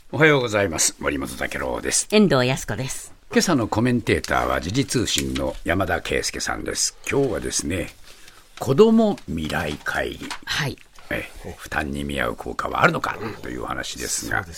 おはようございます。森本武郎です。 遠藤康子です。 今朝のコメンテーターは時事通信の山田圭介さんです。今日はですね、子ども未来会議、 はい、 負担に見合う効果はあるのかというお話ですが、 そうです。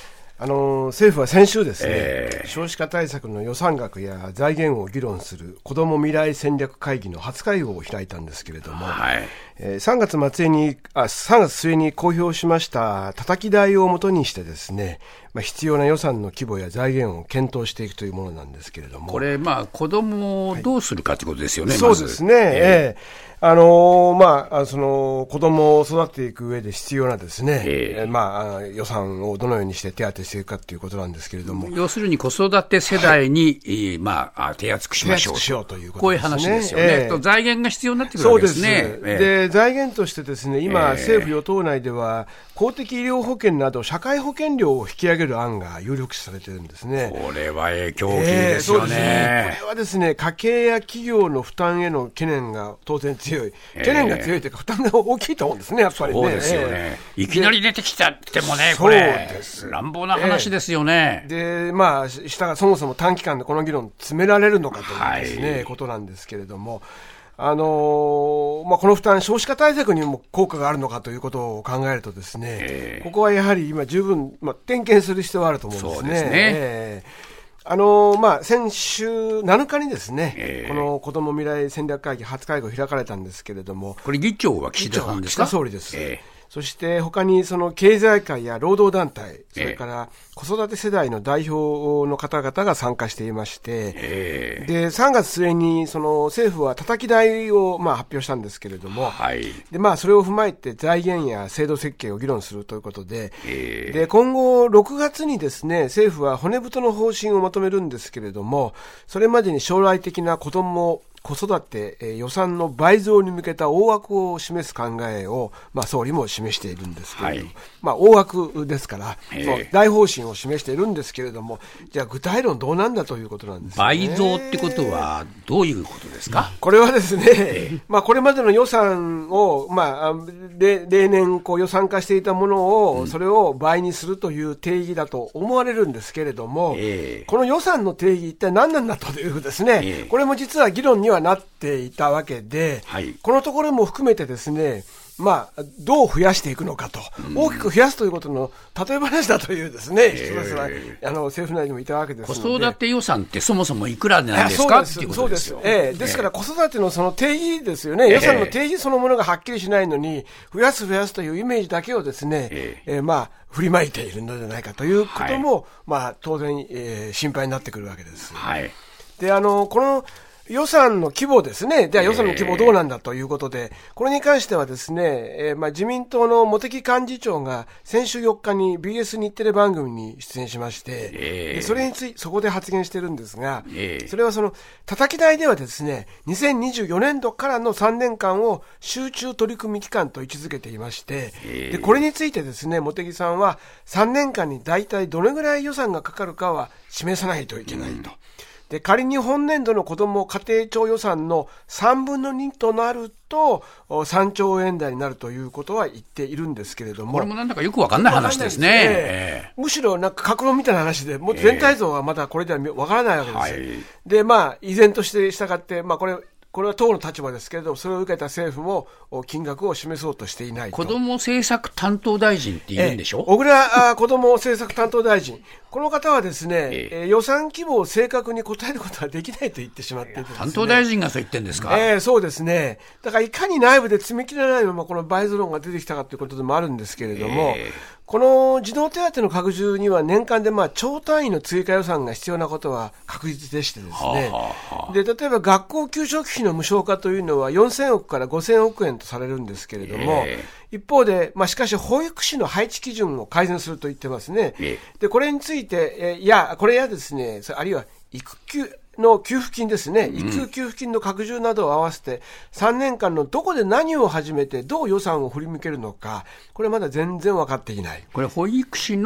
政府は先週ですね、少子化対策の予算額や財源を議論する子ども未来戦略会議の初会合を開いたんですけれども、3月末に公表しましたたたき台をもとにしてですね、必要な予算の規模や財源を検討していくというものなんですけれども、 これ子どもをどうするかということですよね。 そうですね、その子どもを育てていく上で必要なですね、予算をどのようにして手当てしていくかということなんですけれども、 要するに子育て世代に、手厚くしましょうということですね。こういう話ですよね。財源が必要になってくるわけですね。 そうです。で、財源としてですね、今、政府与党内では公的医療保険など社会保険料を引き上げる案が有力視されているんですね。 これは影響大きいですよね。 これはですね、家計や企業の負担への懸念が当然強い、懸念が強いというか負担が大きいと思うんですね、やっぱりね。 そうですよね。いきなり出てきたってもね、これ乱暴な話ですよね。 で、そもそも短期間でこの議論詰められるのかというですね、ことなんですけれども、この負担、少子化対策にも効果があるのかということを考えるとですね、ここはやはり今十分、点検する必要があると思うんですね。 そうですね。 先週7日にですね、この子ども未来戦略会議初会合開かれたんですけれども、 これ議長は岸田さんですか？ 岸田総理です。そして他にその経済界や労働団体、それから子育て世代の代表の方々が参加していまして、で3月末にその政府はたたき台を発表したんですけれども、でそれを踏まえて財源や制度設計を議論するということで、で今後6月にですね、政府は骨太の方針をまとめるんですけれども、それまでに将来的な子育て予算の倍増に向けた大枠を示す考えを、総理も示しているんですけれども、大枠ですから、大方針を示しているんですけれども、じゃあ具体論どうなんだということなんですね。 倍増ってことはどういうことですか？ これはですね、これまでの予算を、例年予算化していたものを、それを倍にするという定義だと思われるんですけれども、この予算の定義一体何なんだというですね、これも実は議論にはなっていたわけで、このところも含めてですね、どう増やしていくのかと、大きく増やすということの例え話だというですね、人たちは政府内にもいたわけですので、 子育て予算ってそもそもいくらなんですかっていうことですよ。 ですから子育てのその定義ですよね、予算の定義そのものがはっきりしないのに、増やすというイメージだけをですね、振りまいているのではないかということも、当然、心配になってくるわけです。で、この予算の規模ですね。じゃあ予算の規模どうなんだということで、これに関してはですね、自民党の茂木幹事長が先週4日に BS 日テレ番組に出演しまして、でそれにそこで発言してるんですが、それはそのたたき台ではですね、2024年度からの3年間を集中取り組み期間と位置づけていまして、でこれについてですね、茂木さんは3年間に大体どれぐらい予算がかかるかは示さないといけないと。で仮に本年度の子ども家庭庁予算の3分の2となると3兆円台になるということは言っているんですけれども、 これもなんだかよく分かんない話ですね。 むしろ格論みたいな話で、もっと全体像はまだこれでは分からないわけです。で依然として従ってこれは党の立場ですけれども、それを受けた政府も金額を示そうとしていないと。 子ども政策担当大臣って言うんでしょ？ 小倉子ども政策担当大臣、この方はですね、予算規模を正確に答えることはできないと言ってしまっていてですね、 担当大臣がそう言ってるんですか？ そうですね。だからいかに内部で詰め切れないままこの倍増論が出てきたかということでもあるんですけれども、この児童手当の拡充には年間で超単位の追加予算が必要なことは確実でしてですね、で例えば学校給食費の無償化というのは4000億から5000億円とされるんですけれども、一方で、しかし保育士の配置基準を改善すると言ってますね。でこれについて、これやですね、あるいは育休の給付金ですね、育休給付金の拡充などを合わせて3年間のどこで何を始めてどう予算を振り向けるのか、これまだ全然分かっていない。 これ保育士の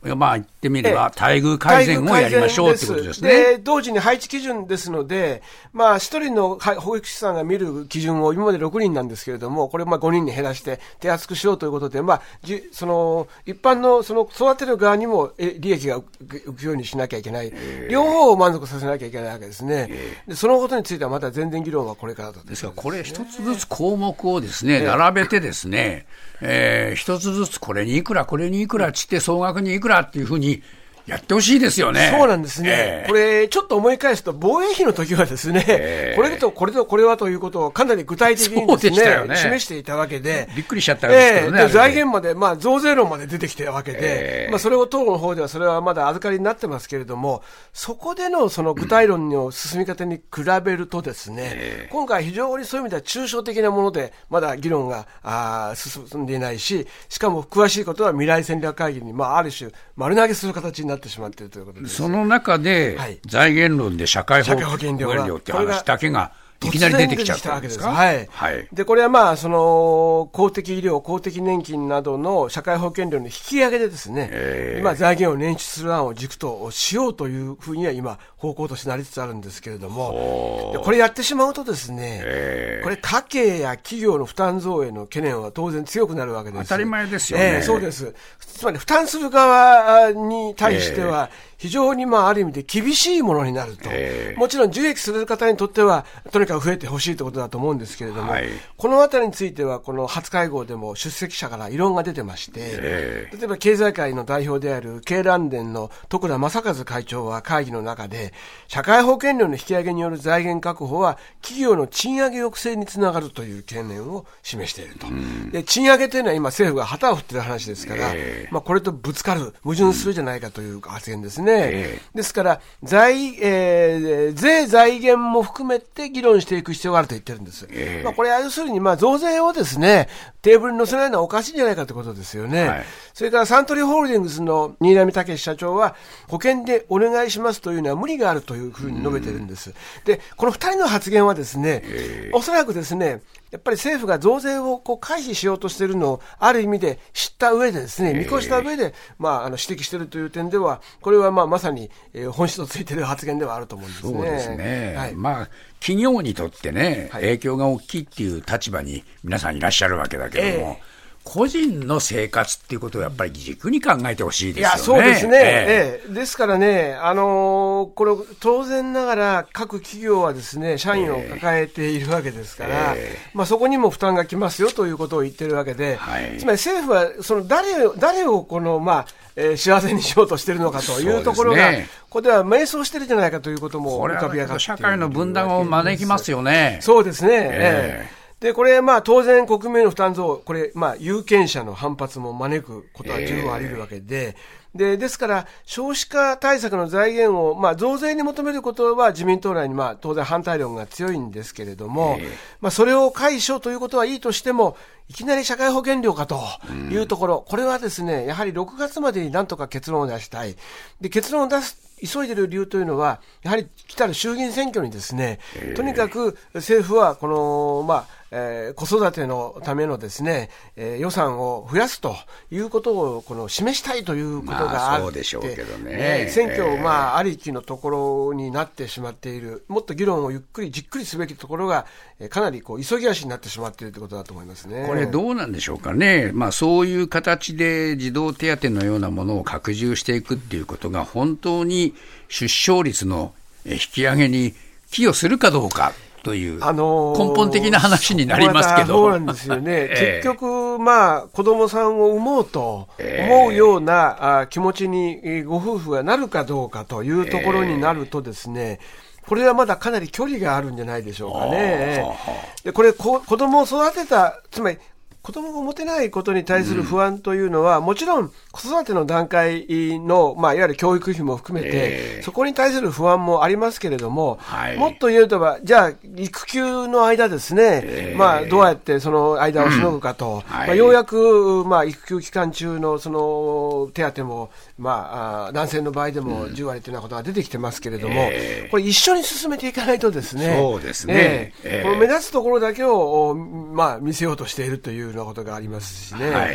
まあ言ってみれば待遇改善をやりましょうってことですね。 で、同時に配置基準ですので、まあ一人の保育士さんが見る基準を今まで6人なんですけれども、これをまあ5人に減らして手厚くしようということで、まあその一般のその育てる側にも利益が浮くようにしなきゃいけない、両方を満足させなきゃいけないわけですね。でそのことについてはまた全然議論はこれからだと、 ですからこれ一つずつ項目をですね、並べてですね、一つずつこれにいくらこれにいくらちって総額にいくらっていうふうにやってほしいですよね。 そうなんですね。これ、ちょっと思い返すと、防衛費の時はですね、これとこれとこれはということをかなり具体的にですね、示していたわけで。 びっくりしちゃったんですけどね。 で財源まで、まあ、増税論まで出てきてるわけで、まあ、それを党の方ではそれはまだ預かりになってますけれども、そこでのその具体論の進み方に比べるとですね、今回非常にそういう意味では抽象的なもので、まだ議論が進んでいないし、しかも詳しいことは未来戦略会議に、まあ、ある種、丸投げする形になってしまっているということです。 その中で、財源論で社会保険料っていう話だけがいきなり出てきちゃったわけですか。 でこれはまあその公的医療、公的年金などの社会保険料の引き上げでですね、今財源を捻出する案を軸としようというふうには今方向としてなりつつあるんですけれども、でこれやってしまうとですね、これ家計や企業の負担増への懸念は当然強くなるわけです。 当たり前ですよね。 そうです。つまり負担する側に対しては非常にまあある意味で厳しいものになると、もちろん受益する方にとってはとにかく増えてほしいということだと思うんですけれども、このあたりについてはこの初会合でも出席者から異論が出てまして、例えば経済界の代表である経団連の徳田正和会長は会議の中で、社会保険料の引き上げによる財源確保は企業の賃上げ抑制につながるという懸念を示していると。で賃上げというのは今政府が旗を振っている話ですから、まあ、これとぶつかる、矛盾するじゃないかという発言ですね。ですから税財源も含めて議論していく必要があると言ってるんです。まあ、これは要するにまあ増税をですねテーブルに載せないのはおかしいんじゃないかということですよね。それからサントリーホールディングスの新浪剛史社長は保険でお願いしますというのは無理があるというふうに述べているんです。でこの2人の発言はですね、おそらくですねやっぱり政府が増税をこう回避しようとしているのをある意味で知った上でですね、見越した上で、まあ、指摘しているという点ではこれはまあまさに本質をついている発言ではあると思うんですね。 そうですね。まあ企業にとってね、影響が大きいっていう立場に皆さんいらっしゃるわけだけれども、個人の生活っていうことをやっぱり軸に考えてほしいですよね。いや、 そうですね。ですからね、これ当然ながら各企業はですね、社員を抱えているわけですから、まあそこにも負担がきますよということを言ってるわけで、つまり政府はその誰をこのまあ幸せにしようとしているのかというところが、ここでは迷走してるんじゃないかということも浮かび上がっている。これは社会の分断を招きますよね。 そうですね。でこれまあ当然国民の負担増、これまあ有権者の反発も招くことは十分あり得るわけで、ですから少子化対策の財源をまあ増税に求めることは自民党内にまあ当然反対論が強いんですけれども、まあそれを解消ということはいいとしても、いきなり社会保険料かというところ、これはですねやはり6月までになんとか結論を出したい。で結論を出す急いでいる理由というのは、やはり来たる衆議院選挙にですね、とにかく政府はこのまあ子育てのためのですね、予算を増やすということをこの示したいということがあって、 そうでしょうけどね、 選挙まあありきのところになってしまっている、もっと議論をゆっくりじっくりすべきところがかなりこう急ぎ足になってしまっているということだと思いますね。 これどうなんでしょうかね。まあそういう形で児童手当のようなものを拡充していくっていうことが本当に出生率の引き上げに寄与するかどうかという根本的な話になりますけど、 そうなんですよね。結局まあ子供さんを産もうと思うような気持ちにご夫婦がなるかどうかというところになるとですね、これはまだかなり距離があるんじゃないでしょうかね。でこれ子供を育てた、つまり子供を持てないことに対する不安というのは、もちろん子育ての段階の、まあ、いわゆる教育費も含めて、そこに対する不安もありますけれども、もっと言うとば、じゃあ育休の間ですね、まあ、どうやってその間をしのぐかと、まあ、ようやく、まあ、育休期間中のその手当も、まあ、男性の場合でも10割というようなことが出てきてますけれども、これ一緒に進めていかないとですね、 そうですね、 この目立つところだけを、まあ、見せようとしているというようなことがありますしね。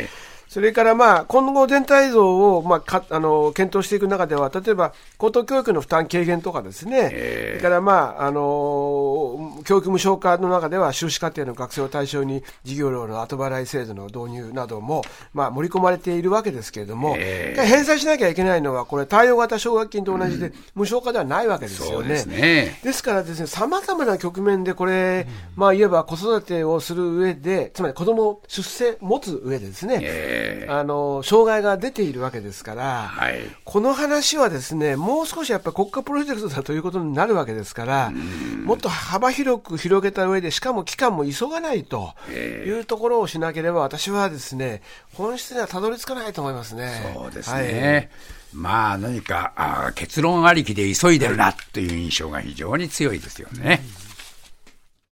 それからまあ今後全体像をまあ検討していく中では、例えば高等教育の負担軽減とかですね、それからまあ教育無償化の中では修士課程の学生を対象に授業料の後払い制度の導入などもまあ盛り込まれているわけですけれども、返済しなきゃいけないのはこれ貸与型奨学金と同じで無償化ではないわけですよね。ですからですね、様々な局面でこれ、まあ言えば子育てをする上で、つまり子供を出世持つ上でですね、障害が出ているわけですから、この話はですね、もう少しやっぱり国家プロジェクトだということになるわけですから、もっと幅広く広げた上で、しかも期間も急がないというところをしなければ、私はですね、本質にはたどり着かないと思いますね。 そうですね。まあ何か結論ありきで急いでるなという印象が非常に強いですよね。